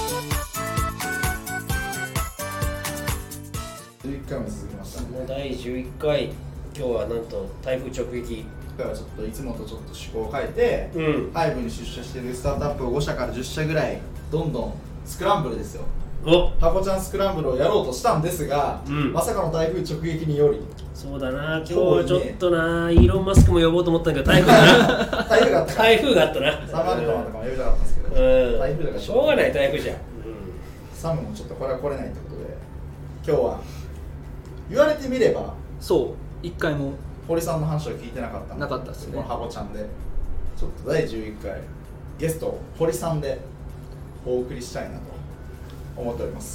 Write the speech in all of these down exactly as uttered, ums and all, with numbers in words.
じゅういっかいも続きましたね。 もうだいじゅういっかい、今日はなんと台風直撃。 だからちょっといつもとちょっと趣向を変えて、うん、ハイブに出社しているスタートアップをごしゃからじゅっしゃぐらいどんどんスクランブルですよ。 おハコちゃんスクランブルをやろうとしたんですが、うん、まさかの台風直撃により。 そうだな、今日ちょっとな、イーロン・マスクも呼ぼうと思ったんだけど台風だな台風があった台風があったな。 サムアルトマンとかも呼びたかったんですけど、うん、台風だからしょうがない台風じゃん、うん、 サムもちょっとこれは来れないってことで、今日は言われてみればそういっかいも堀さんの話は聞いてなかったなかったですね。 このハコちゃんでちょっとだいじゅういっかいゲストを堀さんでお送りしたいなと思っております。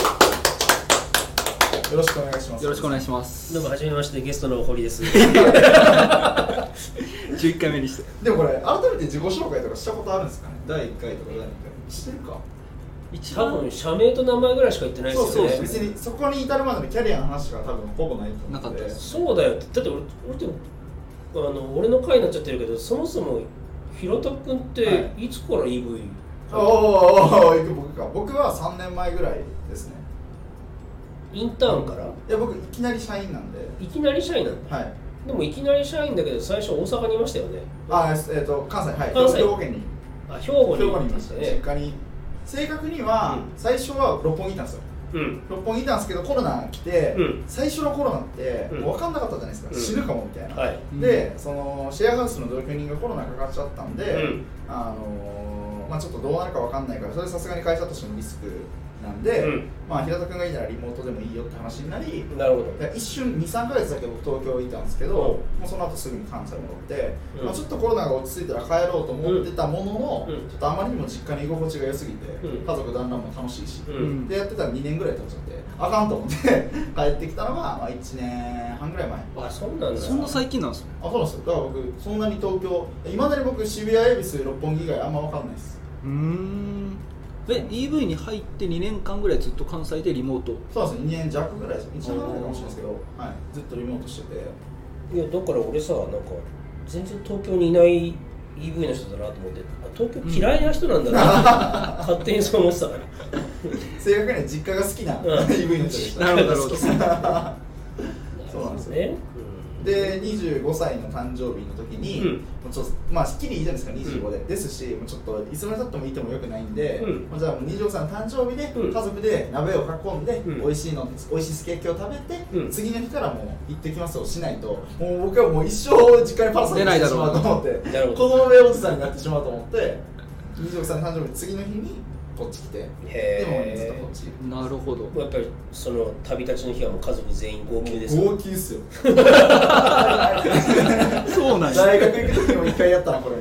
よろしくお願いします。 よろしくお願いします。 どうもはじめまして、ゲストの堀ですじゅういっかいめにして。 でもこれ改めて自己紹介とかしたことあるんですかね。だいいっかいとかだいにかいしてるか。 多分社名と名前ぐらいしか言ってないですよね。 そうそう、別にそこに至るまでのキャリアの話が多分ほぼないと思うので。 なかったです。 そうだよ。だって俺、俺ってあの俺の回になっちゃってるけど、そもそも平田君っていつから イーブイ？ はい、おーおー僕か。僕はさんねんまえぐらいですね。 インターンから？いや、僕いきなり社員なんで。 いきなり社員なんだ。はい。でもいきなり社員だけど最初大阪にいましたよね。 あ、えっ、ー、と関西、はい。 関西。 兵庫県に。 あ、兵庫に。 兵庫にいましたね。実家に。正確には、うん、最初は六本木いたんですよ、うん、六本木いたんですけどコロナ来て、うん、最初のコロナって、うん、もう分かんなかったじゃないですか、うん、死ぬかもみたいな、はい、でそのシェアハウスの同居人がコロナかかっちゃったんで、うん、あのーまあ、ちょっとどうなるか分かんないからそれさすがに会社としてもリスクなんで、うん、まあ、平田君がいいならリモートでもいいよって話になり、 なるほど、 一瞬 にさんかげつだけ僕東京いたんですけど、うん、もうその後すぐに関西戻って、うん、まあ、ちょっとコロナが落ち着いたら帰ろうと思ってたものの、うん、ちょっとあまりにも実家に居心地が良すぎて、うん、家族団らんも楽しいし、うん、でやってたらにねんぐらい経っちゃってあかんと思って帰ってきたのが、まあ、いちねんはんぐらい前。 あ、そうなんだ。 そんな最近なんですか。 あ、そうなんですよ。だから僕そんなに東京いまだに僕渋谷恵比寿六本木以外あんま分かんないです。 うーん。え、イーブイ に入ってにねんかんぐらいずっと関西でリモート。 そうですね、にねんじゃくぐらいです。いちねんぐらいかもしれないですけど、はい、ずっとリモートしてて。 いや、だから俺さ、なんか全然東京にいない イーブイ の人だなと思って、東京嫌いな人なんだなって、うん、勝手にそう思ってたから正確には実家が好きな イーブイ の人でした。 なるほど、なるほどそうなんですね。でにじゅうごさいの誕生日の時に、うん、ちょっとまあすっきりいいじゃないですかにじゅうごで、うん、ですしちょっといつまでたってもいてもよくないんで、うん、じゃあもうにじゅうごさいの誕生日で、うん、家族で鍋を囲んで、うん、美味しいの美味しいすき焼きを食べて、うん、次の日からもう行ってきますをしないともう僕はもう一生実家にパラサイトしてしまうと思って子供部屋おじさんになってしまうと思ってにじゅうごさいの誕生日次の日にこっち来て、でもずっとこっち。 なるほど。 やっぱりその旅立ちの日はもう家族全員号泣ですか。 号泣っすよ。 そうなんです。 大学行く時も一回やったなこれ。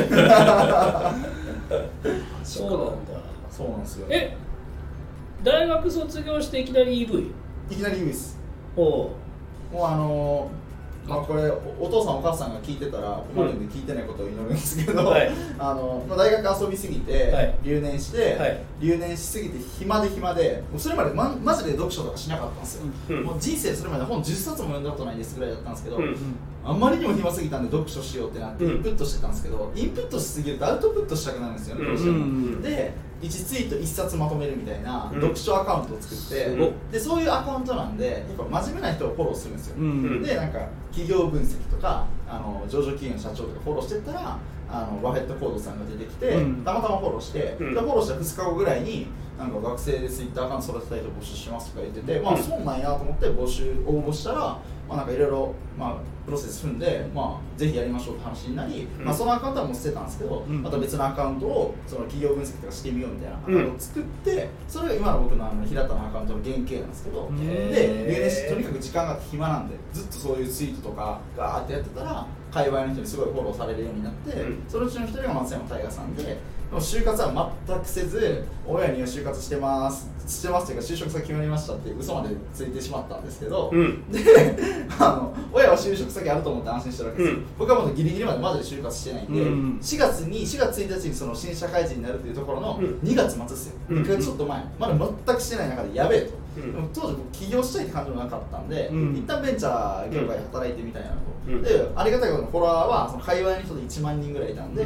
そうなんだ。 そうなんですよ。 え、大学卒業していきなり イーブイ？ いきなり イーブイ です。 おお。 もうあのー。まあ、これ お, お父さんお母さんが聞いてたら困るんで聞いてないことを祈るんですけど、はい、あのまあ、大学遊びすぎて、はい、留年して、はい、留年しすぎて暇で暇でもうそれまで、ま、マジで読書とかしなかったんですよ、うん、もう人生それまで本じゅっさつも読んだことないですぐらいだったんですけど、うん、あんまりにも暇すぎたんで読書しようってなってインプットしてたんですけど、インプットしすぎるとアウトプットしたくなるんですよね、どうしても。でいちツイートいっさつまとめるみたいな読書アカウントを作って、うん、でそういうアカウントなんでやっぱ真面目な人をフォローするんですよ、うん、でなんか企業分析とかあの上場企業の社長とかフォローしてったらあのバフェットコードさんが出てきて、うん、たまたまフォローして、うん、でフォローしたふつかごぐらいになんか学生でツイッターアカウント育てたいと募集しますとか言ってて、まあそうなんやと思って募集応募したらまあなんかいろいろまあプロセス踏んで、まあ、ぜひやりましょうって話になり、うん、まあ、そのアカウントはもう捨てたんですけど、うん、また別のアカウントをその企業分析とかしてみようみたいなアカウントを作って、うん、それが今の僕のあの平田のアカウントの原型なんですけど、で留年してとにかく時間があって暇なんでずっとそういうツイートとかガーってやってたら界隈の人にすごいフォローされるようになって、うん、そのうちの一人が松山大河さんで。でも就活は全くせず親には就活してますしてますというか就職先決まりましたって嘘までついてしまったんですけど、うん、であの親は就職先あると思って安心してるわけですよ、うん、僕はもうギリギリまでマジで就活してないんで、うん、しがつにしがつついたちにその新社会人になるというところのにがつ末ですよ、うん、いっかげつちょっと前まだ全くしてない中でやべえと、うん、でも当時僕起業したいって感じもなかったんで、うん、一旦ベンチャー業界で働いてみたいなと、うん、でありがたいことにフォロワーはその界隈の人でいちまんにんぐらいいたんで、うん、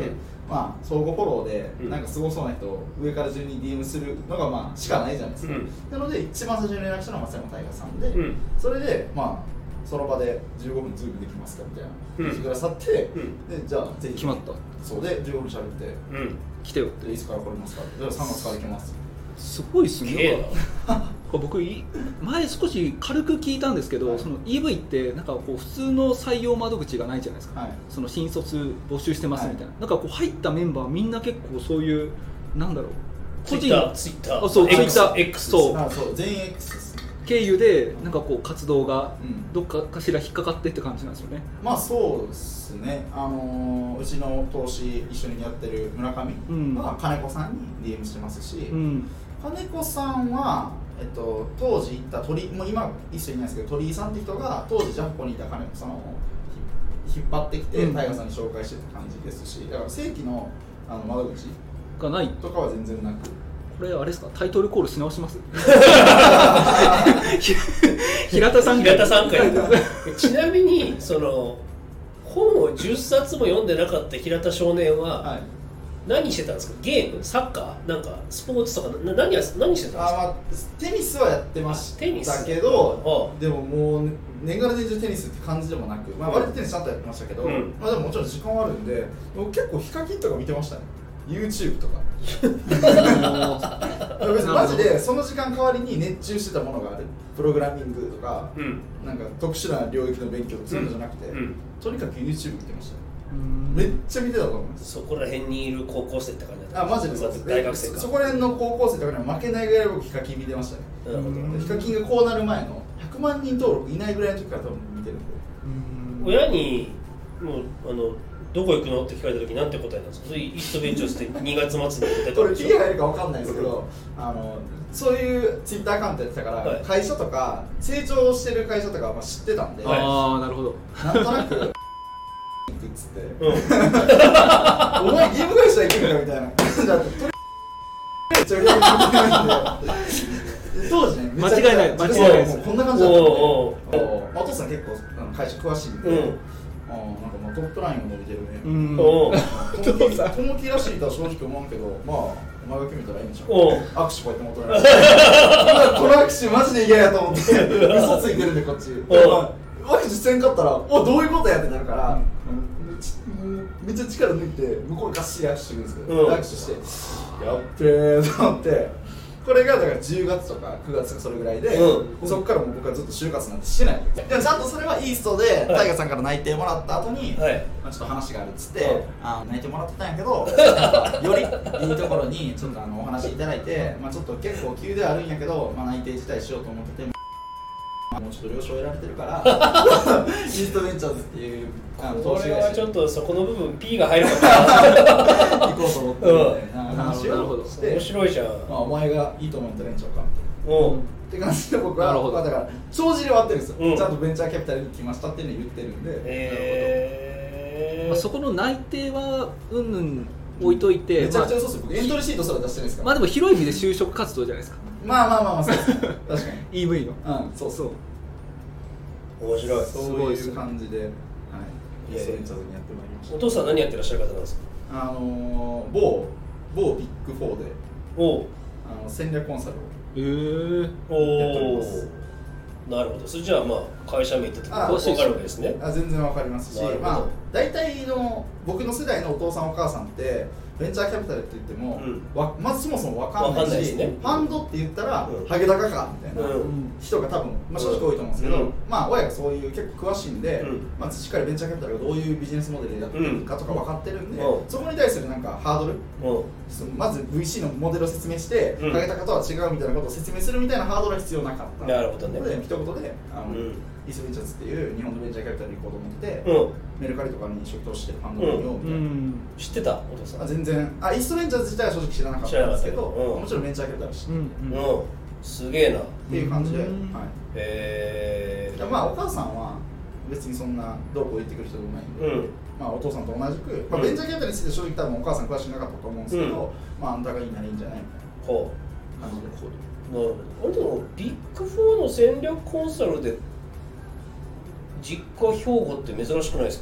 まあ相互フォローでなんかすごそうな人を上から順に ディーエム するのがまあしかないじゃないですか、うん、なので一番最初に連絡したのは松山大河さんで、うん、それでまあその場でじゅうごふんズームできますかみたいな言ってくださって、うん、でじゃあぜひ決まったそうでじゅうごふん喋って、 うん、来てよっていつから来れますかじゃあさんがつから来ますすごいっすね僕前少し軽く聞いたんですけど、はい、その イーブイ ってなんかこう普通の採用窓口がないじゃないですか、はい、その新卒募集してますみたいな、はい、なんかこう入ったメンバーみんな結構そういうなんだろう個人ツイッターそうツイッター X そうあそう全員 X です経由でなんかこう活動がどっかかしら引っかかってって感じなんですよね、 うん、まあそうですね、あのー、うちの投資一緒にやってる村上は金子さんに ディーエム してますし、うん、金子さんは、えっと、当時行った鳥もう今一緒にいないですけど鳥居さんって人が当時ジャンポにいた金子さんを引っ張ってきて大河さんに紹介してた感じですし、だから正規のあの窓口がないとかは全然なく、 これあれですか、タイトルコールし直します平田さん平田さんからちなみにその本をじゅっさつも読んでなかった平田少年は、はい、何してたんですか？ゲーム、サッカー、なんかスポーツとかな 何, 何してたんですか？ あ、まあ、テニスはやってましたけど、でももう年がら年中テニスって感じでもなく、まあ、割とテニスちゃんとやってましたけど、うん、まあ、でももちろん時間はあるんで結構ヒカキンとか見てましたね、 YouTube とか別にマジでその時間代わりに熱中してたものがある、プログラミングとか、うん、なんか特殊な領域の勉強とかそういうのじゃなくて、うんうん、とにかく YouTube 見てました。めっちゃ見てたと思います。 そこら辺にいる高校生って感じだった。 あ、マジでそうです。 大学生か。 そこら辺の高校生とかには負けないぐらい僕ヒカキン見てましたね。なるほど。ヒカキンがこうなる前のひゃくまんにん登録いないぐらいの時から多分見てるんで。 親にもうあのどこ行くのって聞かれた時なんて答えたんですか？それイーストベンチャーズってにがつ末に出たこれ P が入るか分かんないですけど、あのそういうツイッターアカウントやってたから、はい、会社とか成長してる会社とかはまあ知ってたんで、 ああなるほど。 なんとなくっつって、うん、お前ゲーム会社行けるかみたいなだってとりあえずめっちゃ当時ね間違いない間違いないです。 こんな感じだったんで、お父さん結構会社詳しいんで、うん、あなんかまあトップラインが伸びてるね、うん、友樹らしいとは正直思うけど、まあお前が決めたらいいんちゃう、握手こうやって求められてこの握手マジで嫌やと思って嘘ついてるんでこっち、握手せんかったらおどういうことやってなるから、めっちゃ力抜いて向こうがっしり握手してくるんですけど、うん、握手してやっべーと思って、これがだからじゅうがつとかくがつとかそれぐらいで、うん、そこからもう僕はずっと就活なんてしてない。でもちゃんとそれはイーストでタイガさんから内定もらった後に、はい、まあ、ちょっと話があるっつって、はい、あ内定もらってたんやけどよりいいところにちょっとあのお話いただいて、まあ、ちょっと結構急ではあるんやけど、まあ、内定自体しようと思っててもうちょっと了承を得られてるからイーストベンチャーズっていうあのこれはちょっとそこの部分 P が入るかな行こうと思って、うん、話をして面白いじゃん、 まあ、お前がいいと思ったらいいんちゃうかみたいな、うん、って感じで僕は、まあ、だから帳尻は合ってるんですよ、うん、ちゃんとベンチャーキャピタルに来ましたっていうのを言ってるんで、 えーまあ、そこの内定はうんうん置いといて、 めちゃくちゃそうですよ、僕エントリーシートすら出してないですから。 まあでも広い意味で就職活動じゃないですか。 まあまあまあまあそうです確かにイーブイ のうんそうそう面白い、 そういう感じで、はい、イーストベンチャーズにやってまいりました。 お父さん何やってらっしゃる方なんですか？ あのー、某某ビッグフォーでおあの戦略コンサルをえー、 やっております。 なるほど。それじゃあまあ会社名ってとこ分かるわけですね。 あ全然分かりますし、まあ大体の僕の世代のお父さんお母さんってベンチャーキャピタルって言っても、うん、わまずそもそも分かんないし、ないね、ファンドって言ったら、うん、ハゲタカかみたいな人が多分、まあ、正直多いと思うんですけど、うん、まあ親がそういう結構詳しいんで、うん、まあ、しっかりベンチャーキャピタルがどういうビジネスモデルでやってるかとか分かってるんで、うん、そこに対するなんかハードル、うん、まず ブイシー のモデルを説明して、うん、ハゲタカとは違うみたいなことを説明するみたいなハードルは必要なかったなるほどね。 で一言であの、うん、イーストベンチャーズっていう日本のベンチャーキャピタルに行こうと思ってて、うん、メルカリとかに初期投資してるファンドを見ようみたいな、うん、 知ってたお父さん？ あ全然あイーストベンチャーズ自体は正直知らなかったんですけど、うん、もちろんベンチャーキャピタル知って、うんうん、すげえなっていう感じで、うん、はい、 へえー、 まあお母さんは別にそんなどうこう言ってくる人でもないんで、うん、まあお父さんと同じく、まあ、ベンチャーキャピタルについて正直多分お母さん詳しくなかったと思うんですけど、うん、まああんたがいいならいいんじゃないみたいな感じで。 なるほど。あれでもビッグフォーの戦略コンサルで実家兵庫って珍しくないですか？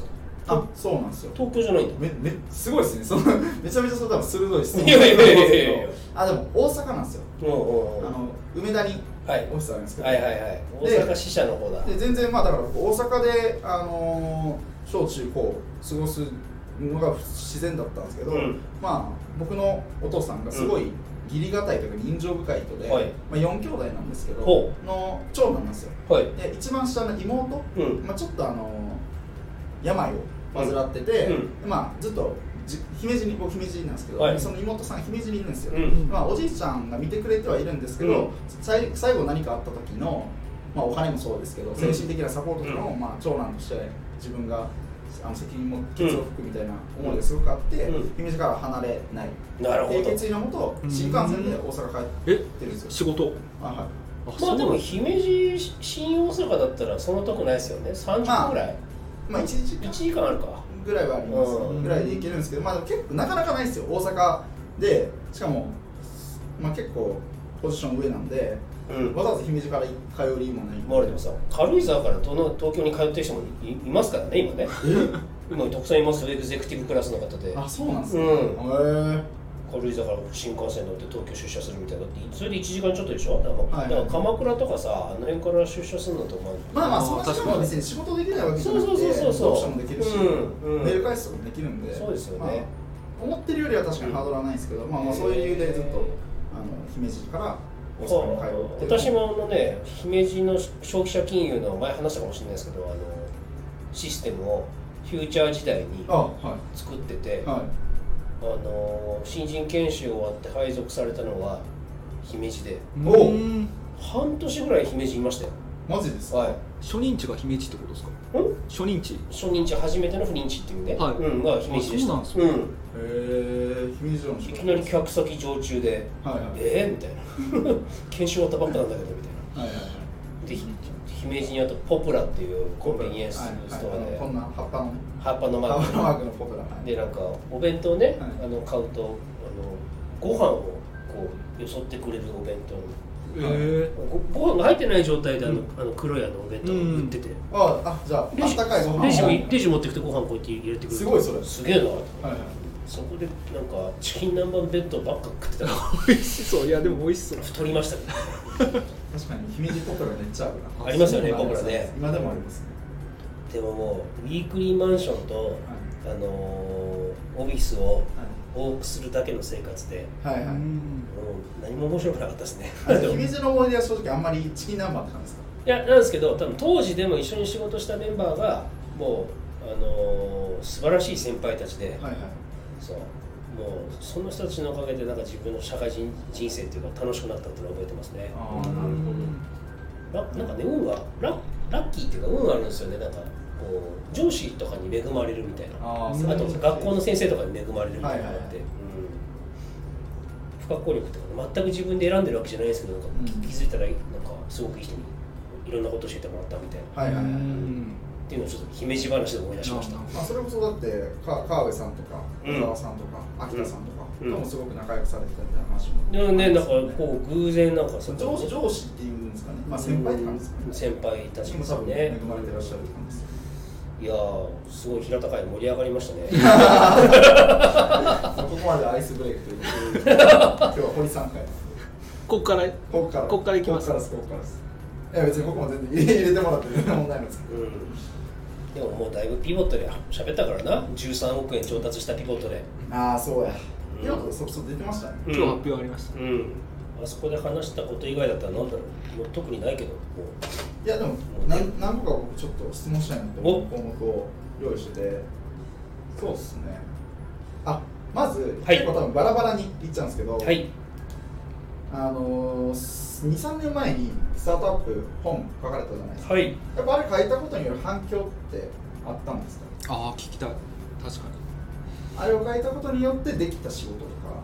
あ、そうなんですよ。 東京じゃないんだ。 めめすごいですね。そのめちゃめちゃそれ多分鋭い質問いやいやいやいやあ、でも大阪なんですよ。 うんうんうん、 あの梅田にオフィスあるんですけど、 はい、はいはいはい大阪支社の方だ。 で全然まあだから大阪であのー、小中高過ごすのが自然だったんですけど、うん、まあ僕のお父さんがすごい、うん義理がたいというか人情深い人で、はいまあ、よん兄弟なんですけどの長男なんですよ、はい、で一番下の妹、うんまあ、ちょっとあの病を患ってて、うんまあ、ずっとじ姫路に僕姫路なんですけど、はい、その妹さん姫路にいるんですよ、うんまあ、おじいちゃんが見てくれてはいるんですけど、うん、最, 最後何かあった時の、まあ、お金もそうですけど、うん、精神的なサポートとかも、まあ、長男として自分があの責任も決を吹くみたいな思いがすごくあって、うん、姫路から離れない。 なるほど。 決意のもと新幹線で大阪帰ってるんですよ。 仕事。 あはい。 まあでも姫路新大阪だったらそんなとこないですよね。さんじゅっぷんぐらい。 まあいちじかん。 いちじかんあるか。 ぐらいはあります。ぐらいで行けるんですけど、まあでも結構なかなかないですよ。大阪でしかもまあ結構ポジション上なんで。うん、わざわざ姫路から通う理由もない。 まあでもさ、軽井沢から東京に通ってる人も い, いますからね今ね。今たくさんいますよエグゼクティブクラスの方で。 あ、そうなんですね。 うん、へえ。軽井沢から新幹線乗って東京出社するみたいな。それでいちじかんちょっとでしょ。だから、はいはい、鎌倉とかさあの辺から出社するのとまあまあまあそんな時間は別に仕事できないわけじゃなくて、そうそうそうそう読書もできるし、うんうん、メール返すとかもできるんで。 そうですよね。 まあ、思ってるよりは確かにハードルはないんですけど、まあまあそういう理由でずっとあの姫路から。 私もあのね、姫路の消費者金融の前話したかもしれないですけど、あのシステムをフューチャー時代に作ってて、あ、はいはい、あの新人研修終わって配属されたのが姫路で、お半年ぐらい姫路いましたよ。 マジですか？ はい、初任地が姫路ってことですか？初任地初任地初めての不妊地っていうね、はいうん、が姫路でした。 そうなんですか、うん、 へえ、姫路のいきなり客先常駐で、はいはい、えー、みたいな研修終わったばっかなんだけどみたいな、はいはいはい、で姫路にあとポプラっていうコンビニエンスストアで、はいはい、 こんな葉っぱのね葉っぱのマークのマークのポプラ、はい、 でなんかお弁当ね、はい、あの買うとあのご飯をこうよそってくれるお弁当えー、 ご, ご飯が入ってない状態であの、うん、あの黒いあのお弁当を売ってて、うん、 ああじゃああったかいご飯レジレジ持ってきてご飯こうやって入れてくれる。 すごいそれすげえな、はいはい、そこでなんかチキン南蛮弁当ばっか食ってた美味しそう。いやでも美味しそう太りましたね確かに姫路ポプラめっちゃあるなありますよねポプラね今でもありますね。でももうウィークリーマンションと、はい、あのー、オフィスを多くするだけの生活で、はいはい、もう何も面白くなかったですね姫路の思い出は正直あんまりチキン南蛮って感じですか？ いやなんですけど多分当時でも一緒に仕事したメンバーがもう、あのー、素晴らしい先輩たちで、はいはい、そうもうその人たちのおかげでなんか自分の社会人人生っていうか楽しくなったっていうのを覚えてますね。 ああなるほど。なんかね運がララッキーっていうか運があるんですよね。なんかこう上司とかに恵まれるみたいな あ, あと学校の先生とかに恵まれるみたいなのがあって、はいはいはい、うん、不可抗力っていうか全く自分で選んでるわけじゃないですけどなんか気づいたらなんかすごくいい人にいろんなこと教えてもらったみたいな、はいはいはい、うんっていうのをちょっと姫路話で思い出しました。 まあ、それこそだって川辺さんとか小沢さんとか、うん、秋田さんとか、うん、もすごく仲良くされてたみたいな話もでもね、なんかこう偶然なんか上上司っていうんですかね、まあ、先輩って感じですかね、 うん、先輩たちですね。 恵まれてらっしゃる感じですよ。 いやーすごい平たかい盛り上がりましたねここまでアイスブレイクという今日は堀さん会ここからここからここからいきます。 ここからですここからです。いや別にここも全然入れてもらって全然問題ないんですけど、うん、 でももうだいぶピボットで喋ったからな。じゅうさんおくえん調達したピボットで。ああそうや、ピボットそこそこ出てましたね、 うん、今日発表ありました、 うんうん、あそこで話したこと以外だったらなんだろう、もう特にないけどもういやでも何何個か僕ちょっと質問したいなと思う項目を用意してて、そうですね。あ、まず、はい、結構多分バラバラに言っちゃうんですけど、はい、あのー、にさんねんまえにスタートアップ本書かれたじゃないですか、はい、やっぱあれ書いたことによる反響ってあったんですか？ ああ聞きたい。確かにあれを書いたことによってできた仕事とか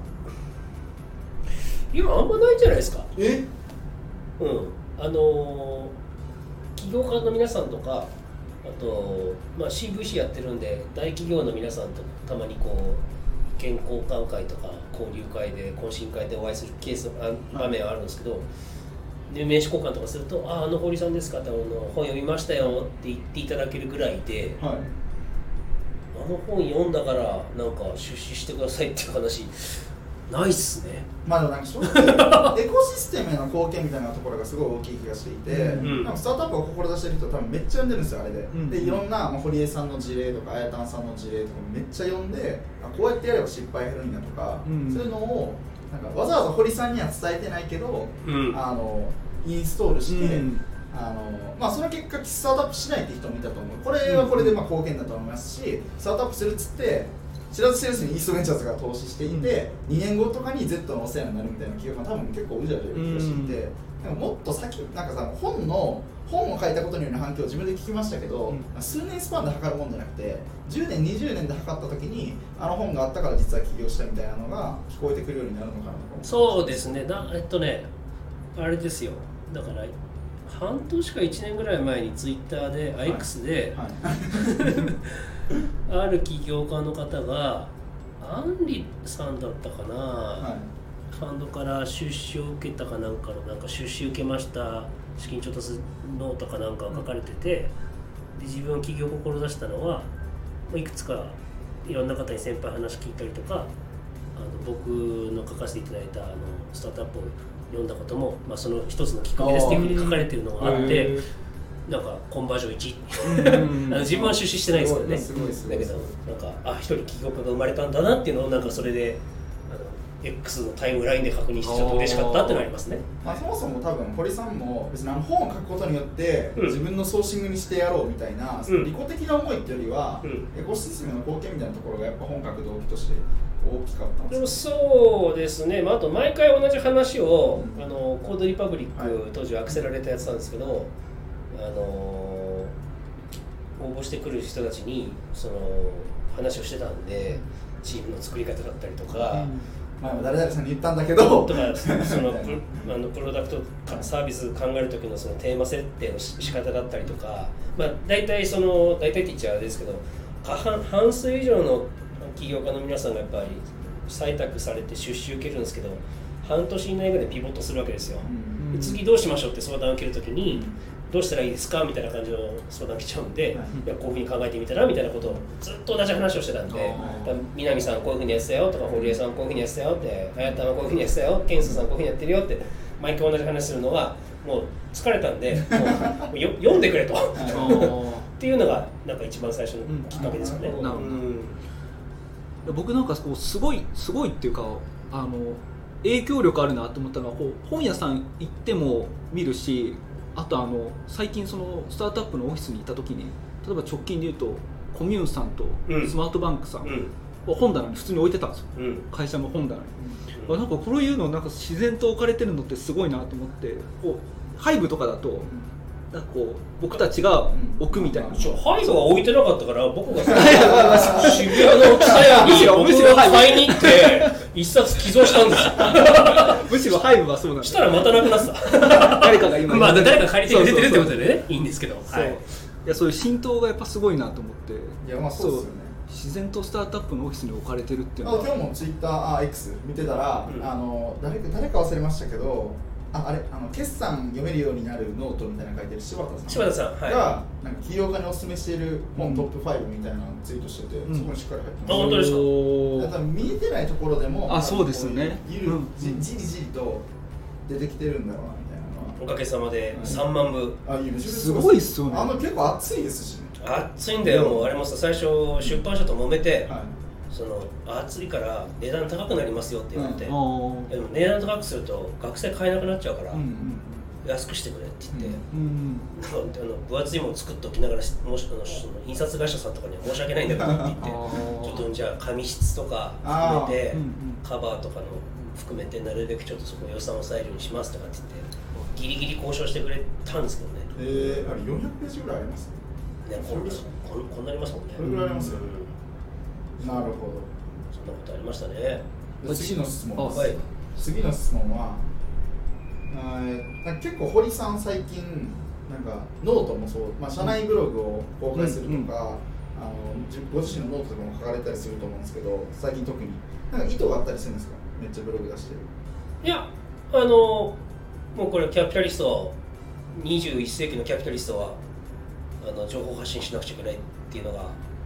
今あんまないんじゃないですか。 えうんあのー、起業家の皆さんとかあと、まあ、シーブイシー やってるんで大企業の皆さんとたまにこう意見交換会とか交流会で懇親会でお会いするケースあ場面はあるんですけど、で名刺交換とかすると「ああの堀さんですか」ってあの本読みましたよって言っていただけるぐらいで、はい、 あの本読んだからなんか出資してくださいっていう話ないっすね。 まあでもなんか正直エコシステムへの貢献みたいなところがすごい大きい気がしていて、うん、なんかスタートアップを志してる人多分めっちゃ読んでるんですよあれで、うん、でいろんな、まあ、堀江さんの事例とかあやたんさんの事例とかめっちゃ読んでこうやってやれば失敗減るんだとか、うん、そういうのをなんかわざわざ堀さんには伝えてないけど、うん、あのインストールして、うん、あのまあ、その結果スタートアップしないって人もいたと思う。これはこれでまあ貢献だと思いますし、スタートアップするっつって知らず知らずにイーストベンチャーズが投資していて、うん、にねんごとかに Z のお世話になるみたいな企業が多分結構うじゃうじゃいる気がしていて、うん、もっと先なんかさ本の本を書いたことによる反響を自分で聞きましたけど、うん、数年スパンで測るもんじゃなくてじゅうねんにじゅうねんで測った時にあの本があったから実は起業したみたいなのが聞こえてくるようになるのかなと思う。 そうですね。だえっとねあれですよ、だから半年かいちねんぐらい前にツイッターで、はい、X で、はい、ある起業家の方がアンリさんだったかな、はい、ファンドから出資を受けたかなんかのなんか出資受けました資金調達ノートかなんかが書かれてて、で自分は起業を志したのはいくつかいろんな方に先輩話聞いたりとか、あの僕の書かせていただいたあのスタートアップを読んだことも、まあ、その一つのきっかけですっていうふうに書かれているのがあって、なんかコンバージョンいちあの自分は出資してないですけどね、だけどなんかあ一人起業家が生まれたんだなっていうのをなんかそれであの X のタイムラインで確認してちょっと嬉しかったっていうのがありますね。 まあ、そもそも多分堀さんも別にあの本を書くことによって自分のソーシングにしてやろうみたいな、うん、その利己的な思いっていうよりは、うん、エコシステムの貢献みたいなところがやっぱ本書く動機として大きかったんですか。 でもそうですね、まあ、あと毎回同じ話を、うん、あのコードリパブリック、はい、当時アクセラレーターやってたんですけど、あの応募してくる人たちにその話をしてたんで、チームの作り方だったりとか、うんまあ、誰々さんに言ったんだけどとかそのプ, あのプロダクトサービス考える時のそのテーマ設定の仕方だったりとか、まあ、大体その大体って言っちゃあれですけど半, 半数以上の起業家の皆さんがやっぱり採択されて出資受けるんですけど、半年以内ぐらいでピボットするわけですよ、うん、で次どうしましょうって相談を受けるときに、うん、どうしたらいいですかみたいな感じの相談来ちゃうんで、うん、いやこういうふうに考えてみたらみたいなことをずっと同じ話をしてたんで、南さんこういうふうにやってたよとか、堀江さんこういうふうにやってたよって、あやたんはこういうふうにやってたよ、ケンスさんこういうふうにやってるよって毎回同じ話するのはもう疲れたんでもうよ読んでくれとっていうのがなんか一番最初のきっかけですよね。うんうん僕なんかこうすごいすごいっていうかあの影響力あるなと思ったのはこう本屋さん行っても見るし、あとあの最近そのスタートアップのオフィスに行った時に例えば直近で言うとコミューンさんとスマートバンクさんを本棚に普通に置いてたんですよ、うん、会社の本棚に、うん、なんかこういうのなんか自然と置かれてるのってすごいなと思って、こうハイブとかだとなんかこう僕たちが置くみたいな、うん、 ハイブは置いてなかったから僕が渋谷の蔦屋に僕が買いに行って一冊寄贈したんですよむしろハイブはそうなんです。 したらまたなくなってた誰かが今まあ誰か借りてくれてるってことでねいいんですけど、 そう、はい、いやそういう浸透がやっぱすごいなと思って、 いやまあそうですよね、 自然とスタートアップのオフィスに置かれてるっていうのは。 今日もツイッター、あ X 見てたら、うん、あの 誰, 誰か忘れましたけど、あ, あれあの決算読めるようになるノートみたいなの書いてる柴田さん柴田さん、はい、 がなんか起業家にお勧めしている本トップファイブみたいなのをツイートしてて、うん、そこにしっかり入ってます。 あ本当ですか。 だから見えてないところでもあそうですね、 じりじりと出てきてるんだろうなみたいなのはおかげさまでさんまんぶ、 あいいすごいっすよね。 あの結構熱いですしね。 熱いんだよ。もうあれもさ最初出版社と揉めて、はい、その熱いから値段高くなりますよって言われて、うん、でも値段高くすると学生買えなくなっちゃうから、うんうん、安くしてくれって言って、うんうん、あの分厚いもの作っておきながらもしあのその印刷会社さんとかには申し訳ないんだけどって言ってちょっとじゃあ紙質とか含めて、うんうん、カバーとかの含めてなるべくちょっとそこ予算を抑えるようにしますとかって言ってギリギリ交渉してくれたんですけどね。 えー、あれよんひゃくページぐらいありますね。 ねこんなこんこんなありますもんね。 これぐらいありますよね、うん、なるほど。 そんなことありましたね。 次の質問です、 はい、 次の質問はあ結構堀さん最近なんかノートもそう、まあ、社内ブログを公開するとか、うんうん、あのご自身のノートとかも書かれたりすると思うんですけど、最近特になんか意図があったりするんですか。めっちゃブログ出してる。 いやあのもうこれキャピタリストにじゅういっ世紀のキャピタリストはあの情報発信しなくちゃいけないっていうのが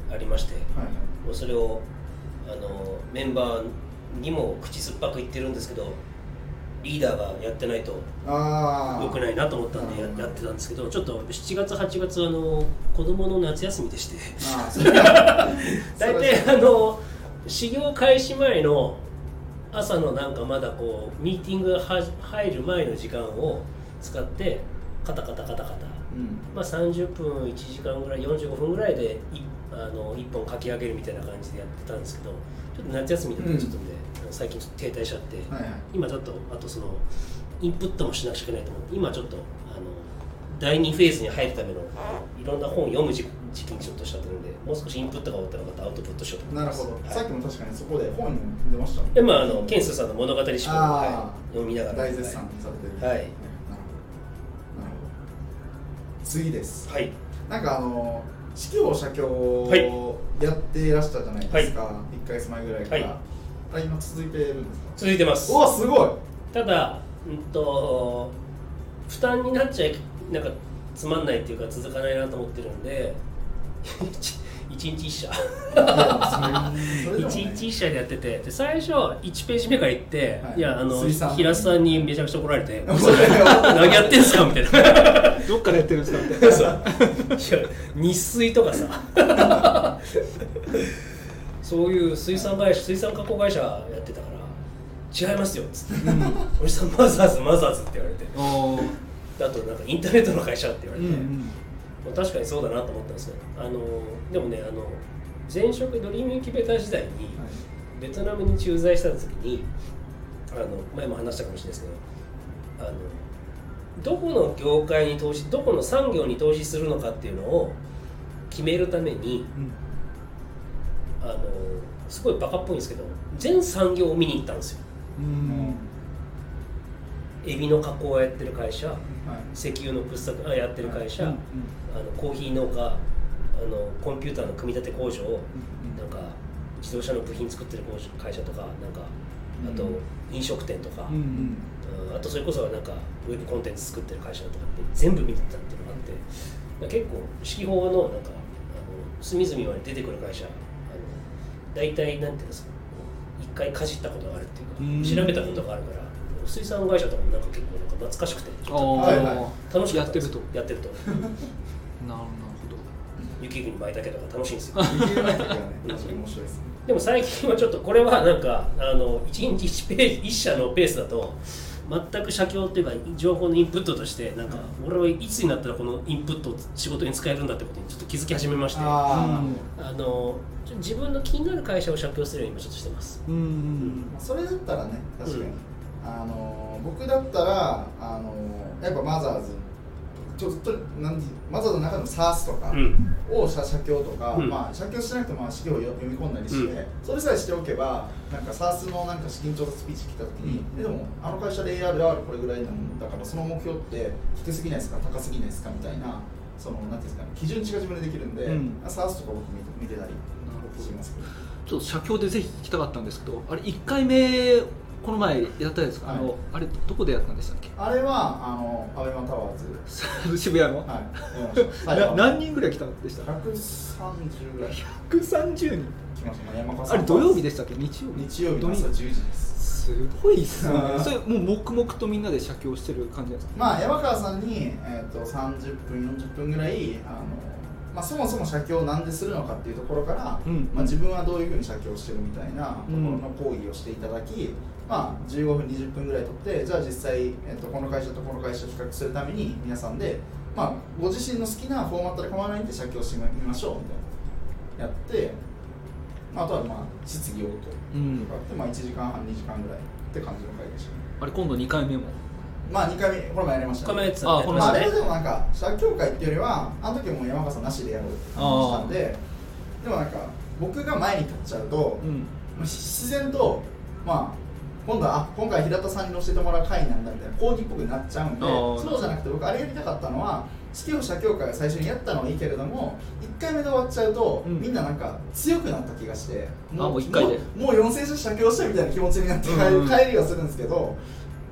ありまして、はいはい、もうそれをあのメンバーにも口酸っぱく言ってるんですけど、リーダーがやってないと良くないなと思ったんで や, やってたんですけど、ちょっとしちがつはちがつあの子供の夏休みでして大体あの始業開始前の朝のなんかまだこうミーティングが入る前の時間を使ってカタカタカタカタ、うん、まあさんじゅっぷんいちじかんぐらいよんじゅうごふんぐらいでいあのいっぽん書き上げるみたいな感じでやってたんですけど、ちょっと夏休みだとちょっとね、うん、最近ちょっと停滞しちゃって、はいはい、今ちょっとあとそのインプットもしなくちゃいけないと思う。今ちょっとあのだいにフェーズに入るためのいろんな本を読む時期にちょっとしちゃってるんで、もう少しインプットが終わったらまたアウトプットしようと思います。 なるほど、 はい、 さっきも確かにそこで本に出ましたね。 で、まあ、あのケンスさんの物語思考を、はい、読みながら大絶賛されてる、 はい、 なるほど、なるほど。次です。 はい。 なんかあの四季報写経をやっていらしたじゃないですか、はい、いっかげつまえぐらいから、はい、あれ今続いてるんですか？ 続いてます。 おお、すごい。 ただ、うんと負担になっちゃいなんかつまんないっていうか続かないなと思ってるんで一日一社一日一社でやってて、で最初いちページ目から行って、はい、いやあの平須さんにめちゃくちゃ怒られて何やってんすかみたいなどっからやってるんですかみたいな日水とかさそういう水産会社水産加工会社やってたから違いますよっつっておじさんマザーズマザーズって言われてあとなんかインターネットの会社って言われて、うんうん、確かにそうだなと思ったんですよ。あのでもね、あの前職ドリームインキュベーター時代にベトナムに駐在した時にあの前も話したかもしれないですけど、あのどこの業界に投資どこの産業に投資するのかっていうのを決めるために、うん、あのすごいバカっぽいんですけど全産業を見に行ったんですよ。うんエビの加工をやってる会社、はい、石油の掘削をやってる会社、はいうんうん、あのコーヒー農家、あのコンピューターの組み立て工場、うんうん、なんか自動車の部品作ってる会社とか、なんかあと飲食店とか、うんうんうん、あとそれこそなんかウェブコンテンツ作ってる会社とかって全部見てたっていうのがあって、結構四季報のなんかあの隅々まで出てくる会社、あの大体なんていうんですか、一回かじったことがあるっていうか、うん、調べたことがあるから。水産会社とかもなんか結構なんか懐かしくてちょっと、はいはい、楽しかったです。やってるとやってるとなるほど。 雪国舞茸とか楽しいんですよ。 雪国舞茸はね、確かに面白いですね。 でも最近はちょっとこれはなんかあのいちにちいちページいち社のペースだと全く写経っていうか情報のインプットとしてなんか俺はいつになったらこのインプットを仕事に使えるんだってことにちょっと気づき始めまして、あ、うん、あの自分の気になる会社を写経するように今ちょっとしてます。うん、うん、 それだったらね、確かに、うん、あの僕だったらあのやっぱマザーズちょっと何マザーズの中の サース とかを写経とか、うん、まあ写経してなくても四季報を読み込んだりして、うん、それさえしておけばなんか サース のなんか資金調達スピーチ来た時に、うん、でもあの会社で エーアールアール これぐらいなんだからその目標って低すぎないですか高すぎないですかみたいなそのなんていうんですかね基準値が自分でできるんで、うん、サース とか僕見て、見てたりしますけど、 ちょっと写経でぜひ聞きたかったんですけど、あれいっかいめこの前やったやつか、はい、あのあれどこでやったんでしたっけ？ あれはあのアベマタワーズ渋谷の、はい、な何人ぐらい来たんでした？ ひゃくさんじゅうぐらい。 ひゃくさんじゅうにん来ましたね。山川さんあれ土曜日でしたっけ？日曜日？ 日曜日の朝じゅうじです。 すごいっすね。それもう黙々とみんなで写経してる感じですか？ まあ山川さんに、えー、とさんじゅっぷんよんじゅっぷんぐらいあのまあ、そもそも写経をなんでするのかっていうところから、うんまあ、自分はどういうふうに写経をしてるみたいなところの講義をしていただき、うんまあ、じゅうごふんにじゅっぷんぐらいとってじゃあ実際、えー、とこの会社とこの会社を比較するために皆さんで、まあ、ご自身の好きなフォーマットで構わないんで写経してみましょうみたいなやって、まあ、あとはまあ質疑応答とかあって、うんまあ、いちじかんはんにじかんぐらいって感じの会でしたね。 あれ今度にかいめもまあにかいめこの前やりましたね。 あこの前あれでもなんか写経会っていうよりはあの時も山川さんなしでやろうって感じしたんで、でもなんか僕が前に立っちゃうと、うん、自然とまあ今度はあ今回平田さんに乗せてもらう会なんだみたいな講義っぽくなっちゃうんで、そうじゃなくて僕あれやりたかったのは四季報写経会が最初にやったのはいいけれどもいっかいめで終わっちゃうと、うん、みんななんか強くなった気がしてもういっかいでもうよんせん社写経したみたいな気持ちになって帰りはするんですけど、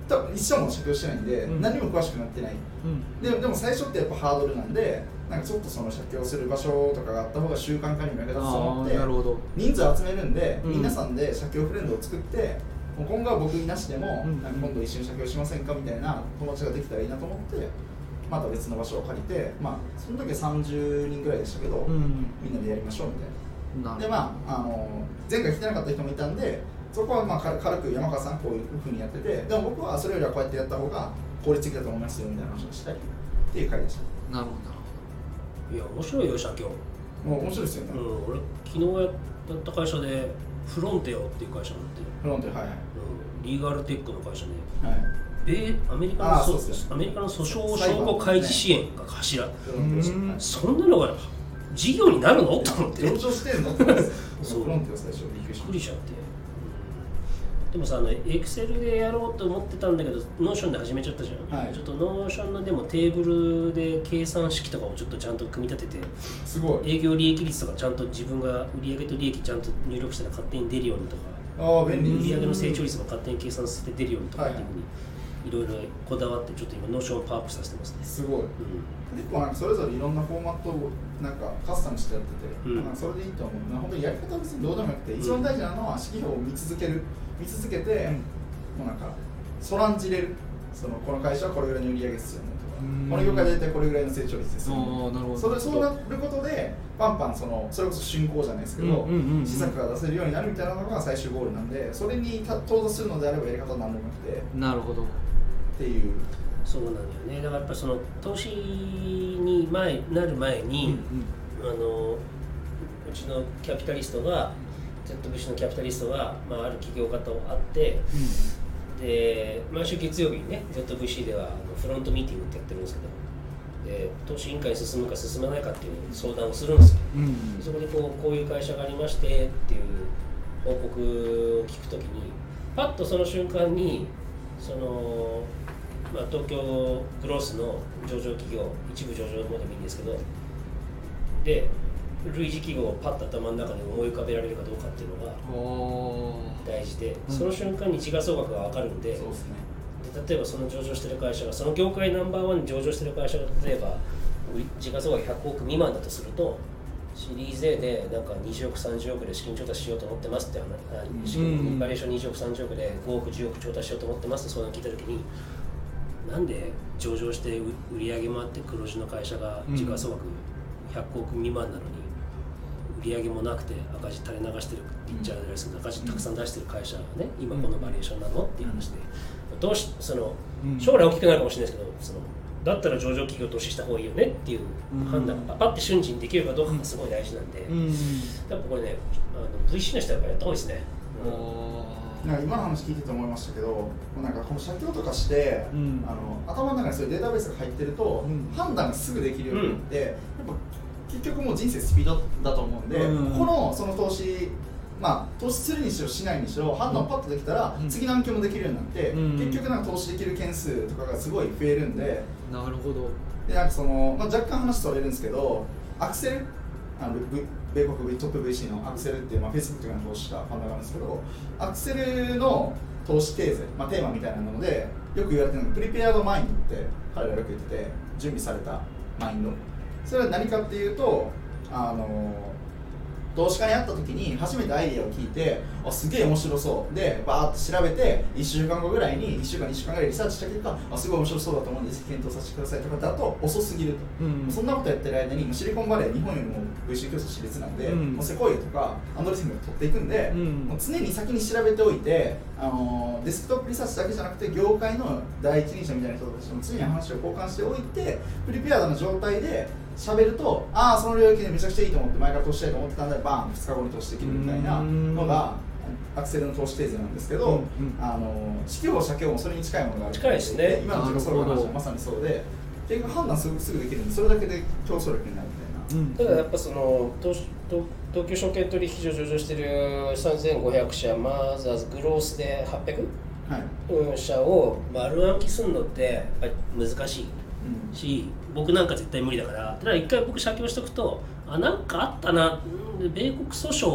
多分一生も借用してないんで、うん、何も詳しくなってない、うん、で, でも最初ってやっぱハードルなんでなんかちょっとその借用する場所とかがあった方が習慣化にも役立つと思って人数集めるんで、うん、皆さんで借用フレンドを作ってもう今後は僕になしでも、うん、なんか今度一緒に借用しませんかみたいな友達ができたらいいなと思ってまた別の場所を借りて、まあ、その時はさんじゅうにんぐらいでしたけど、うん、みんなでやりましょうみたいなで、まあ、あの前回来てなかった人もいたんでそこはまあ軽く山川さんこういうふうにやっててでも僕はそれよりはこうやってやった方が効率的だと思いますよみたいな話をしたいっていう回でした。 なるほどいや面白いよ社協もう面白いですよね、 うん、俺昨日やった会社でフロンテオっていう会社があってフロンテオはいはい、 うん、リーガルテックの会社で、 はい、 米アメリカのそアメリカの訴訟証拠開示支援が頭、ね、そんなのが事業になるのと思って上場してんのそうフロンテオ最初びっくりしちゃって、 うん、でもさあのエクセルでやろうと思ってたんだけどノーションで始めちゃったじゃん、はい、ちょっとノーションのでもテーブルで計算式とかをちょっとちゃんと組み立ててすごい営業利益率とかちゃんと自分が売上と利益ちゃんと入力したら勝手に出るようにとかあ便利売上の成長率も勝手に計算させて出るようにとかっていうふうに、いろいろこだわってちょっと今ノーションをパワーアップさせてますね。 すごい、うん、結構なんかそれぞれいろんなフォーマットをなんかカスタムしてやってて、うん、なんかそれでいいと思う。本当にやり方は別にどうでもよくて、うん、一番大事なのは指揮法を見続ける見続けて、うん、もうなんかそらんじれるそのこの会社はこれぐらいの売り上げですよねとか、この業界で大体これぐらいの成長率ですよね。なるほど。それそうなることでパンパンそのそれこそ竣工じゃないですけど、施策が出せるようになるみたいなのが最終ゴールなんで、それに到達するのであればやり方は何でもなくて。 なるほど。 っていうそうなんだよね。だからやっぱその投資に前なる前に、うんうん、あのうちのキャピタリストが ゼットブイシー のキャピタリストが、まあ、ある企業家と会って、うん、で毎週月曜日にね ゼットブイシー ではあのフロントミーティングってやってるんですけど、で投資委員会に進むか進まないかっていう相談をするんですよ、うんうん、そこでこうこういう会社がありましてっていう報告を聞くときにパッとその瞬間にそのまあ、東京グロースの上場企業一部上場もでもいいんですけどで類似企業をパッと頭の中で思い浮かべられるかどうかっていうのが大事で、うん、その瞬間に時価総額が分かるんで、そうですね、で例えばその上場してる会社がその業界ナンバーワンに上場してる会社が例えば時価総額ひゃくおく未満だとするとシリーズ A でなんかにじゅうおくさんじゅうおくで資金調達しようと思ってますって話、資金バリエーションにじゅうおくさんじゅうおくでごおくじゅうおく調達しようと思ってますって相談聞いたときに、なんで上場して売り上げもあって黒字の会社が時価総額ひゃくおく未満なのに売り上げもなくて赤字垂れ流してるピッチャーですけど赤字たくさん出してる会社がね今このバリエーションなのっていう話で、どうしその将来大きくなるかもしれないですけど、そのだったら上場企業投資した方がいいよねっていう判断がパッて瞬時にできるかどうかがすごい大事なんで、やっぱこれねあの ブイシー の人はやっぱやった方がいいですね。 なんか今の話聞いてて思いましたけど、なんかこの借用とかして、うん、あの頭の中にそういうデータベースが入ってると、うん、判断がすぐできるようになって、うん、やっぱ結局もう人生スピードだと思うんで、うん、このその投資、まあ、投資するにしろしないにしろ判断をパッとできたら、うん、次の案件もできるようになって、うん、結局なんか投資できる件数とかがすごい増えるんで、 なるほど。 でなんかその、まあ、若干話それるんですけど、アクセルあの米国トップ ブイシー のアクセルっていう、まあ、Facebook というのを投資したファンドがあるんですけど、アクセルの投資テーゼ、まあ、テーマみたいなものでよく言われてるのがプリペアドマインドって彼らがよく言ってて、準備されたマインド。それは何かっていうと、あの投資家に会った時に初めてアイディアを聞いて、あすげえ面白そうでバーッと調べていっしゅうかんごぐらいにいっしゅうかんにしゅうかんぐらいリサーチした結果、あすごい面白そうだと思うんでぜひ検討させてくださいとかだと遅すぎると、うん、そんなことやってる間にシリコンバレー日本よりも ブイシー 競争熾烈なんで、うん、もうセコイアとかアンドレスミング取っていくんで、うん、もう常に先に調べておいて、あのデスクトップリサーチだけじゃなくて業界の第一人者みたいな人たちとも常に話を交換しておいてプリペアドな状態で喋ると、ああその領域でめちゃくちゃいいと思って前から投資したいと思ってたんでバーンふつかごに投資できるみたいなのがアクセルの投資テーゼなんですけど、うんうん、あの指揮法借用もそれに近いものがある近いですね。 今の自己総合の話はまさにそうで、結局判断すぐすぐできるんでそれだけで競争力になるみたいな、うん、 ただやっぱその東東京証券取引所上場してるさんぜんごひゃくしゃ、マザーズグロースではっぴゃく、はい、社を丸暗記するのってやっぱり難しいし、僕なんか絶対無理だから、ただ一回僕借用しとくと、あなんかあったな、米国訴訟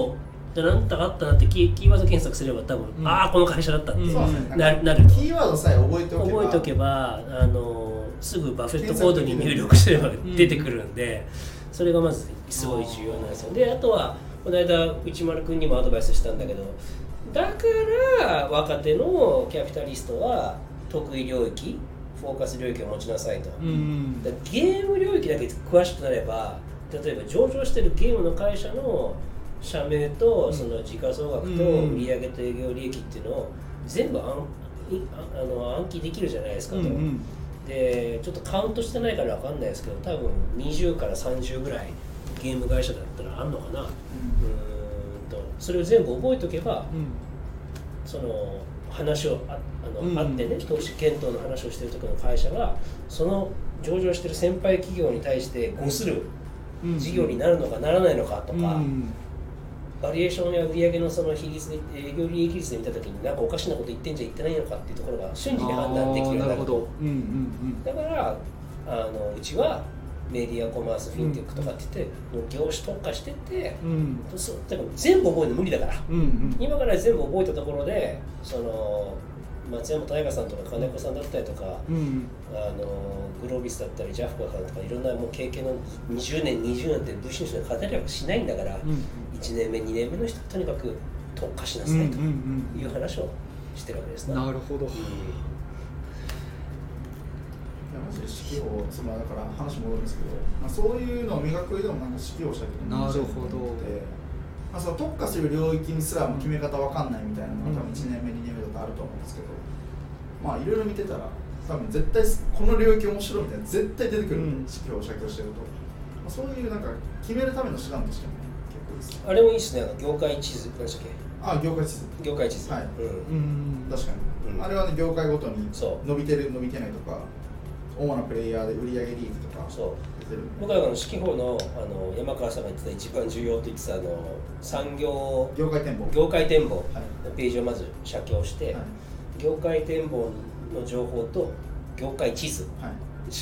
でなんとかあったなってキー、キーワード検索すれば多分、うん、ああこの会社だったって、うん、な, なるとキーワードさえ覚えておけば覚えておけばあのすぐバフェットコードに入力すれば出てくるんで、うん、それがまずすごい重要なんですよ。であとはこの間内丸君にもアドバイスしたんだけど、だから若手のキャピタリストは得意領域フォーカス領域を持ちなさいと、うん、だゲーム領域だけ詳しくなれば、例えば上場してるゲームの会社の社名とその時価総額と売上と営業利益っていうのを全部暗、あの暗記できるじゃないですかと、うんうん、でちょっとカウントしてないから分かんないですけど、多分にじゅうからさんじゅうぐらいゲーム会社だったらあんのかな、うん、うーんとそれを全部覚えておけば、うん、その話を あ, あの、うん、あってね、投資検討の話をしている時の会社がその上場している先輩企業に対して誤する事業になるのかならないのかとか、うん、バリエーションや売上のその比率で営業利益率で見た時になんかおかしなこと言ってんじゃ言ってないのかっていうところが瞬時に判断できるようになる。なるほど、うんうんうん、だからあのうちはメディアコマースフィンテックとかって言って、うん、業種特化してて、うん、そうだから全部覚えるの無理だから、うんうん、今から全部覚えたところでその松山大河さんとか金子さんだったりとか、うん、あのグロービスだったりジャフコさんとかいろんなもう経験のにじゅうねんにじゅうねんって武士の人に語りはしないんだから、うん、いちねんめにねんめの人とにかく特化しなさいという話をしてるわけですね。 なるほど、うん指揮法、そのだから話戻るんですけど、まあ、そういうのを磨く上でもなんか指揮法したけど、 なるほど、 まあ、その特化する領域にすらも決め方わかんないみたいなのが多分いちねんめにねんめだとあると思うんですけど、まあいろいろ見てたら多分絶対この領域面白いみたいな絶対出てくる、うん、指揮法を写経してると、まあ、そういうなんか決めるための手段としても結構いいです。 あれもいいですね、業界地図何でしたっけ？ あ、業界地図。 業界地図。 はい。うん。確かに。うん、あれはね業界ごとに伸びてる伸びてないとか。主なプレイヤーで売上利益とかそう僕はあの指揮法 の, あの山川さんが言ってた一番重要と言ってたあの産業業界展望業界展望のページをまず写経して、はい、業界展望の情報と業界地図、はい、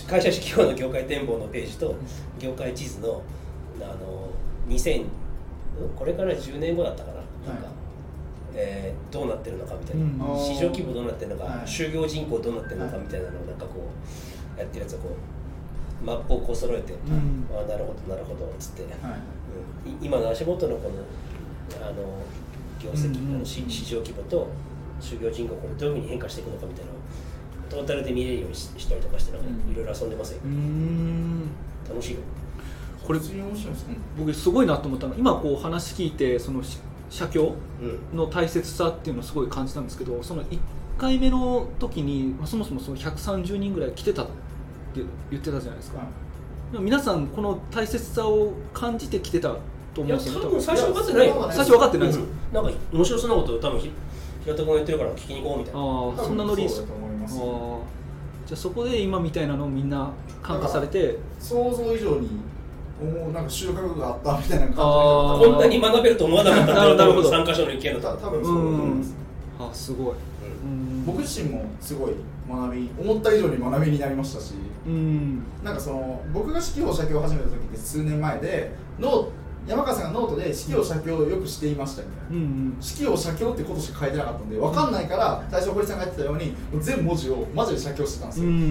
会社指揮法の業界展望のページと業界地図のあのにせんこれからじゅうねんごだったかな、なんか、はいえー、どうなってるのかみたいな、うん、市場規模どうなってるのか、はい、就業人口どうなってるのかみたいなのをなんかこうやってるやつをこうマップをこう揃えて、うん、あなるほどなるほどっつって、はいうん、今の足元のこのあの業績、うんうん、あの市場規模と就業人口これどういうふうに変化していくのかみたいなのをトータルで見れるようにしたりとかしてなんかいろいろ遊んでますよ、うん、楽しいよこれ僕すごいなと思ったの今こう話聞いてその写経の大切さっていうのをすごい感じたんですけど、そのいっかいめの時にそもそもそのひゃくさんじゅうにんぐらい来てたって言ってたじゃないですか、うん、皆さんこの大切さを感じて来てたと思うんですよね。 多分最初分かってないよ。 最初分かってないですよ、 うん、なんか面白そうなことを多分平田君が言ってるから聞きに行こうみたいな。 ああそんなノリです。じゃあそこで今みたいなのをみんな感化されて想像以上にもうなんか収穫があったみたいな感じでこんなに学べると思わなかったなるほど参加者の意見の多分そう思います。 あすごい、 うん、僕自身もすごい学び思った以上に学びになりましたし、うん、なんかその僕が指揮法写経を始めた時って数年前でノ山川さんがノートで指揮法写経をよくしていましたみたいな、うんうん、指揮法写経ってことしか書いてなかったんで分かんないから最初堀さんが言ってたように全文字をマジで写経してたんですよ、うん、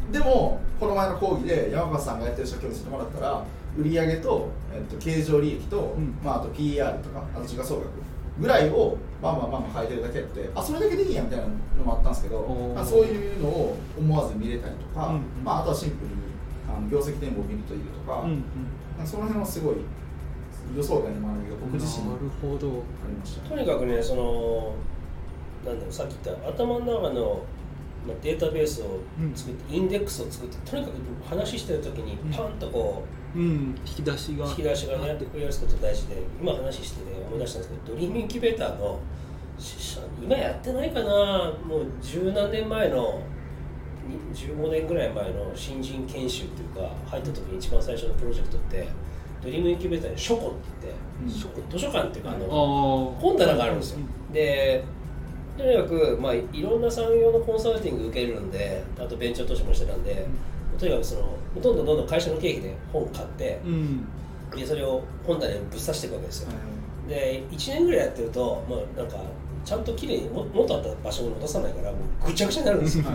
でもこの前の講義で山川さんがやってる写経を見せてもらったら売上と、えっと、経常利益と、うんまあ、あと ピーイーアール とかあと時価総額ぐらいをバンバンバンバン書いてるだけってあそれだけでいいやみたいなのもあったんですけど、まあ、そういうのを思わず見れたりとか、うんまあ、あとはシンプルにあの業績展望を見るというとか、うんうん、その辺はすごい予想外の学びが僕自身にありました。 とにかくねそのなんだろうさっき言った頭の中のデータベースを作って、うん、インデックスを作ってとにかく話してる時にパンとこう、うんうん、引き出しが引き出しがね増やすこと大事で今話してね思い出したんですけどドリームインキュベーターの今やってないかなもう十何年前のじゅうごねんぐらい前の新人研修っていうか入った時に一番最初のプロジェクトってドリームインキュベーターに書庫って言って、うん、図書館っていうかあの本棚があるんですよ、うん、でとにかく、まあ、いろんな産業のコンサルティング受けるんであとベンチャー投資もしてたんで、うん、とにかくそのどんどんどんどん会社の経費で本買って、うん、でそれを本棚にぶっ刺していくわけですよ、 でいちねんぐらいやってると、まあ、なんかちゃんときれいに元あった場所に戻さないからもうぐちゃぐちゃになるんですよ、はい、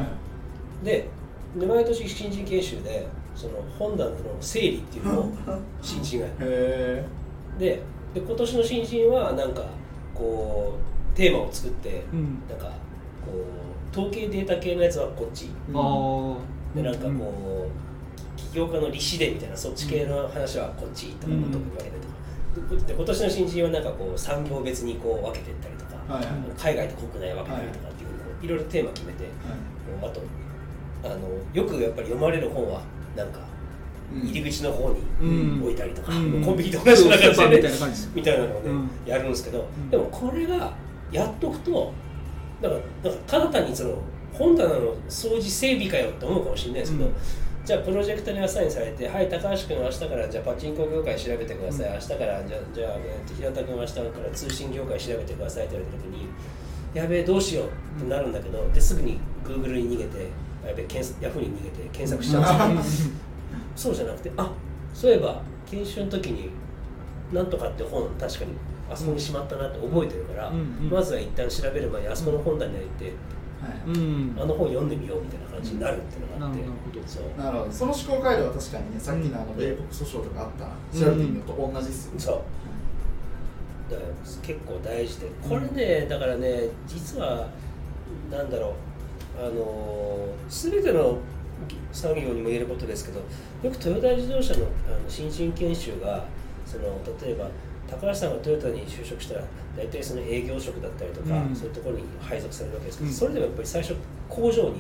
で, で毎年新人研修でその本棚の整理っていうのを新人がやるで, で今年の新人はなんかこうテーマを作って、うん、なんかこう統計データ系のやつはこっち、うん、でなんかこう起業家の理士伝みたいなそっち系の話はこっちとかまとめて分けてとか、で今年の新人はなんかこう産業別にこう分けていったりとか、はいはい、海外と国内分けたりとかっていう、はい、いろいろテーマ決めて、はい、あとあのよくやっぱり読まれる本はなんか入り口の方に置いたりとか、うん、コンビニと同じような感じで、ね、みたいなのをね、うん、やるんですけど、うん、でもこれがやっとくとだからなんかただ単にその本棚の掃除整備かよって思うかもしれないですけど、うん、じゃあプロジェクトにアサインされて、はい高橋君明日からじゃあパチンコ業界調べてください、うん、明日からじゃあ、じゃあ、平田君明日から通信業界調べてくださいって言われた時にやべえどうしようってなるんだけど、ですぐに Google に逃げてやべえヤフーに逃げて検索しちゃうんですよそうじゃなくて、あそういえば研修の時になんとかって本確かにあそこにしまったなって覚えてるから、うんうん、まずは一旦調べる前にあそこの本棚に入って、うん、あの本読んでみようみたいな感じになるっていうのがあって、うん、 そうなるほど。その思考回路は確かにね、さっきのあの米国訴訟とかあった調べてみようと同じですよね、うん、そうだから結構大事で、これね、だからね実はなんだろうあの全ての産業にも言えることですけど、よくトヨタ自動車 の, あの新人研修がその例えば高橋さんがトヨタに就職したら大体その営業職だったりとか、うん、そういうところに配属されるわけですけど、うん、それでもやっぱり最初工場に行って、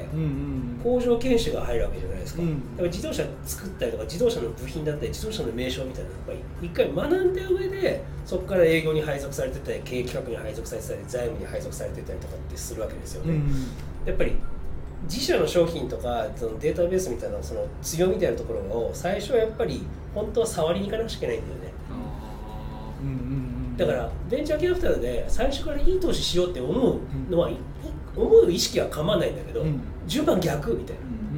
うんうん、工場研修が入るわけじゃないですか、うん、だから自動車作ったりとか自動車の部品だったり自動車の名称みたいなのをやっぱり一回学んだ上でそこから営業に配属されてたり経営企画に配属されてたり財務に配属されてたりとかってするわけですよね、うん、やっぱり自社の商品とかそのデータベースみたいなその強みであるところを最初はやっぱり本当は触りに行かなくちゃいけないんだよね。うんうんうん、だからベンチャーキャピタルで最初からいい投資しようって思うのは、うん、思う意識は構わないんだけど、うん、順番逆みたいな、うん、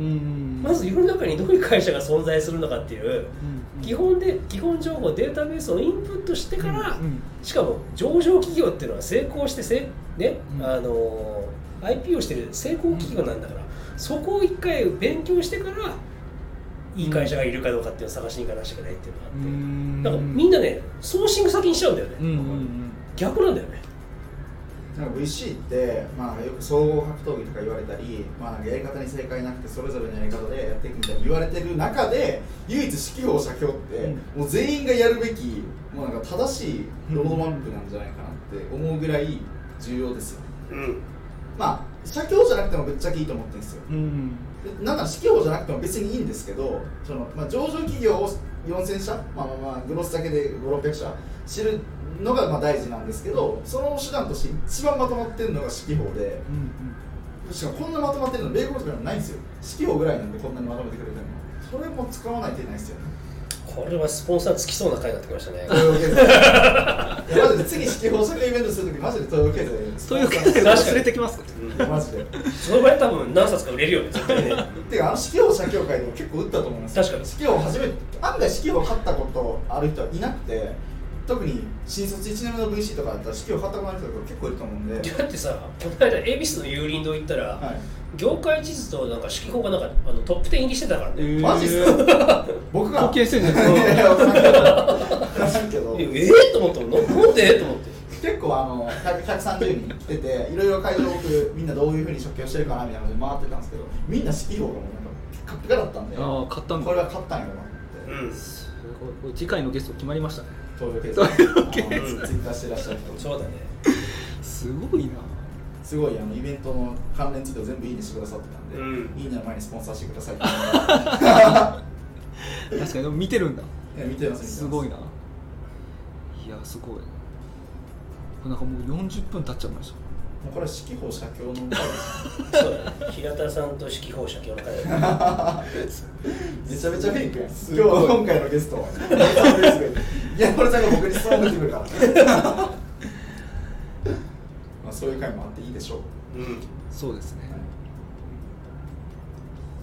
まず世の中にどういう会社が存在するのかっていう、うん、基本で基本情報データベースをインプットしてから、うん、しかも上場企業っていうのは成功してせ、ねうん、あの アイピーオー してる成功企業なんだから、うん、そこを一回勉強してからいい会社がいるかどうかっていうのを探しに行かなきゃいけないっていうのがあって、うん、だからみんなねソーシング先にしちゃうんだよね、うんうんうん、逆なんだよね。 なんか ブイシー って、まあ、よく総合格闘技とか言われたり、まあ、なんかやり方に正解なくてそれぞれのやり方でやっていくみたいに言われてる中で唯一指揮法写経って、うん、もう全員がやるべきもうなんか正しいロードマップなんじゃないかなって思うぐらい重要ですよ、うん、まあ写経じゃなくてもぶっちゃけいいと思ってるんですよ、うん、なんか指揮法じゃなくても別にいいんですけど、その、まあ、上場企業をよんせんしゃ、まあまあまあグロスだけでごせんろっぴゃくしゃ知るのがまあ大事なんですけど、その手段として一番まとまってるのが指揮法で、うんうん、しかもこんなまとまってるの米国とかでもないんですよ。指揮法ぐらいなんでこんなにまとめてくれてるの、それも使わないといけないですよね。 これはスポンサーつきそうな回になってきましたね。 いやマジで次指揮法作イベントするときマジで東洋経済東洋経済忘れてきますか、 うん、マジでその場合多分何冊か売れるよね絶対ねてかあの指揮法写経会でも結構売ったと思います。確かに指揮法初めて案外指揮法買ったことある人はいなくて、特に新卒いちねんめの ブイシー とかだったら指揮を買ったことない人が結構いると思うんで。 だってさ、この間恵比寿の有林堂行ったら、はい、業界地図となんか指揮法がなんかあのトップじゅう入りしてたからね。えー、 マジっすか僕が貢献してるんですか。 いやいや分からんけどえーと思ったのなんでと思って結構あのひゃくさんじゅうにん来てていろいろ会場僕みんなどういうふうに食器をしてるかなみたいなので回ってたんですけど、みんな指揮法がもうなんかピッカピカだったんで、 あ買ったんだ、 これは買ったんやろなって、うん、 すごい。次回のゲスト決まりましたね。 東洋経済ツイッターしてらっしゃる人。 そうだねすごいな。 すごいあのイベントの関連ツイートを全部いいねしてくださってたんで、うん、いいねの前にスポンサーしてくださいって確かにでも見てるんだ。 いや見てます。 すごいな。いやすごい。なんかもうよんじゅっぷん経っちゃいました。 もうこれは指揮法写経の回ですね。そうだね。平田さんと指揮法写経の回めちゃめちゃフェイクやん。今日今回のゲストはいやこれさんが僕に質問が来てくるからまあそういう回もあっていいでしょう。うん、 そうですね、はい、ま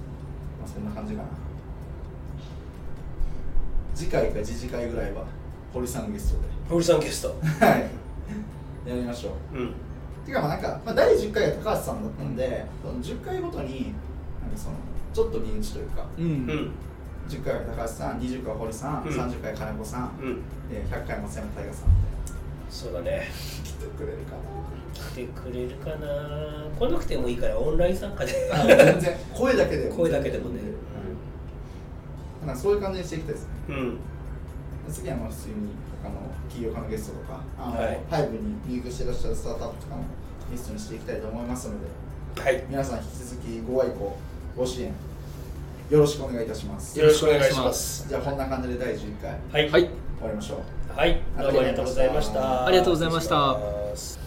あそんな感じかな。次回か次次回ぐらいは堀さんゲストで堀さんゲストはいやりましょう。うん。てかまあなんか、まあ、だいじゅっかいが高橋さんだったんで、うん、じゅっかいごとになんかそのちょっと身内というか、うん、じゅっかいは高橋さん、にじゅっかいは堀さん、うん、さんじゅっかい金子さん、うん、でひゃっかいも千本大河さんみたいな。 そうだね。 来てくれるかな。 来てくれるかな。来なくてもいいからオンライン参加で。 全然声だけで。 声だけでもね。 うん、なんかそういう感じにしていきたいですね。うん。次はまあ普通に他の企業家のゲストとか、あの、はい、ファイブに入居していらっしゃるスタートアップとかもゲストにしていきたいと思いますので、はい、皆さん引き続きご愛顧ご支援よろしくお願いいたします。 よろしくお願いします。 じゃあこんな感じでだいじゅういっかい、 はい、終わりましょう。 はい、どうもありがとうございました。 ありがとうございました。